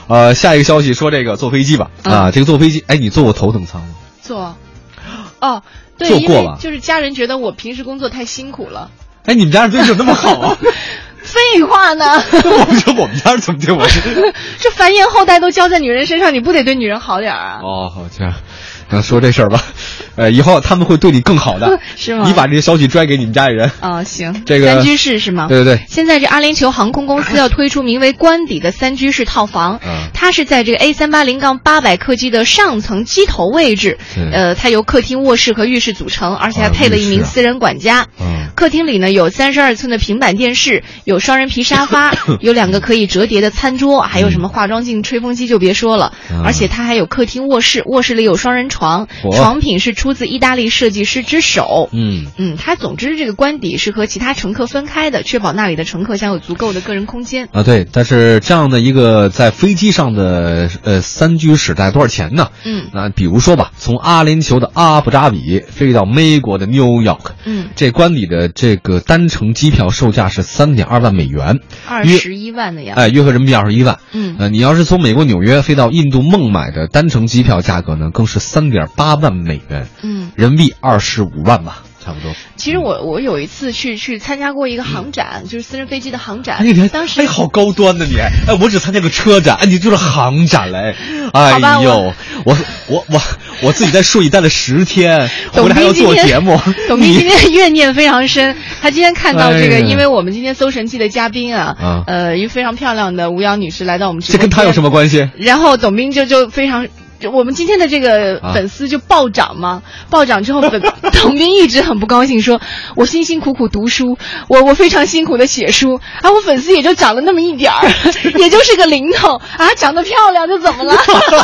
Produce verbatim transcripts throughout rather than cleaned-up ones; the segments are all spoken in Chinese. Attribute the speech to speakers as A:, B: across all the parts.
A: 呃，下一个消息说这个坐飞机吧，嗯、啊，这个坐飞机，哎，你坐过头等舱吗？
B: 坐。哦，对，
A: 坐过吧？
B: 就是家人觉得我平时工作太辛苦了。
A: 哎，你们家人对你怎么那么好啊？
B: 废话呢？
A: 我说我们家人怎么对我？
B: 这繁衍后代都交在女人身上，你不得对女人好点啊？
A: 哦，好这样。那说这事儿吧，呃，以后他们会对你更好的，
B: 是吗？
A: 你把这些消息拽给你们家里人。
B: 哦，行，
A: 这个
B: 三居室是吗？
A: 对对对。
B: 现在这阿联酋航空公司要推出名为官邸的三居室套房，
A: 嗯，
B: 它是在这个 A 三八零杠八百客机的上层机头位置，呃，它由客厅、卧室和浴室组成，而且还配了一名私人管家。
A: 嗯，
B: 客厅里呢有三十二寸的平板电视，有双人皮沙发，有两个可以折叠的餐桌，还有什么化妆镜、吹风机就别说了，
A: 嗯、
B: 而且它还有客厅、卧室，卧室里有双人床，床品是出自意大利设计师之手。
A: 嗯
B: 嗯，它总之这个官邸是和其他乘客分开的，确保那里的乘客享有足够的个人空间
A: 啊。对，但是这样的一个在飞机上的呃三居室大概多少钱呢？
B: 嗯，
A: 那比如说吧，从阿联酋的阿布扎比飞到美国的 New York，
B: 嗯，
A: 这官邸的这个单程机票售价是三点二万美元，
B: 二十一万的样子，
A: 哎，约合人民币二十一万。
B: 嗯，
A: 呃，你要是从美国纽约飞到印度孟买的单程机票价格呢，更是三点八万美元，
B: 嗯，
A: 人民币二十五万吧。差不多。
B: 其实我我有一次去去参加过一个航展，嗯、就是私人飞机的航展。
A: 哎，你还
B: 当时
A: 哎，好高端的你！哎，我只参加个车展，哎，你就是航展嘞！哎呦，我我我我自己在树里待了十天，回来还要做节目。
B: 董斌今天怨念非常深，他今天看到这个，哎、因为我们今天搜神记的嘉宾啊，啊呃，一个非常漂亮的吴瑶女士来到我们直播间，
A: 这跟他有什么关系？
B: 然后董斌就就非常。我们今天的这个粉丝就暴涨嘛，啊、暴涨之后，本董斌一直很不高兴，说我辛辛苦苦读书，我我非常辛苦的写书，啊，我粉丝也就涨了那么一点儿，也就是个零头啊，长得漂亮就怎么了？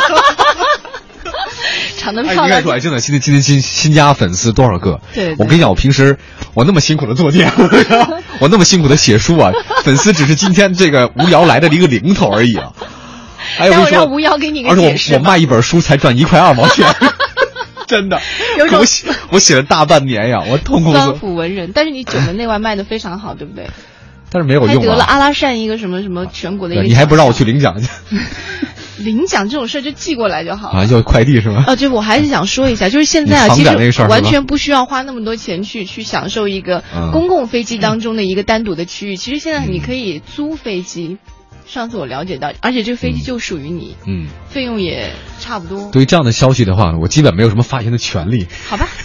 B: 长得漂亮，
A: 哎，你看出来，真的，今天今天新新加粉丝多少个？
B: 对，
A: 我跟你讲，我平时我那么辛苦的做节目，我那么辛苦的写书啊，粉丝只是今天这个吴瑶来的一个零头而已啊。哎，
B: 待会儿让吴瑶给你个解释。
A: 而且我我卖一本书才赚一块二毛钱，真的。我写我写了大半年呀，我痛苦死。
B: 双辅文人，但是你九门内外卖的非常好，对不对？
A: 但是没有用啊。
B: 还得了阿拉善一个什么什么全国的一个。
A: 你还不让我去领奖去？
B: 领奖这种事就寄过来就好了。
A: 啊，要快递是吗？
B: 啊，就我还是想说一下，就是现在啊，其实完全不需要花那么多钱去去享受一个公共飞机当中的一个单独的区域。其实现在你可以租飞机。上次我了解到，而且这个飞机就属于你，
A: 嗯，
B: 费用也差不多。
A: 对于这样的消息的话，我基本没有什么发言的权利。
B: 好吧。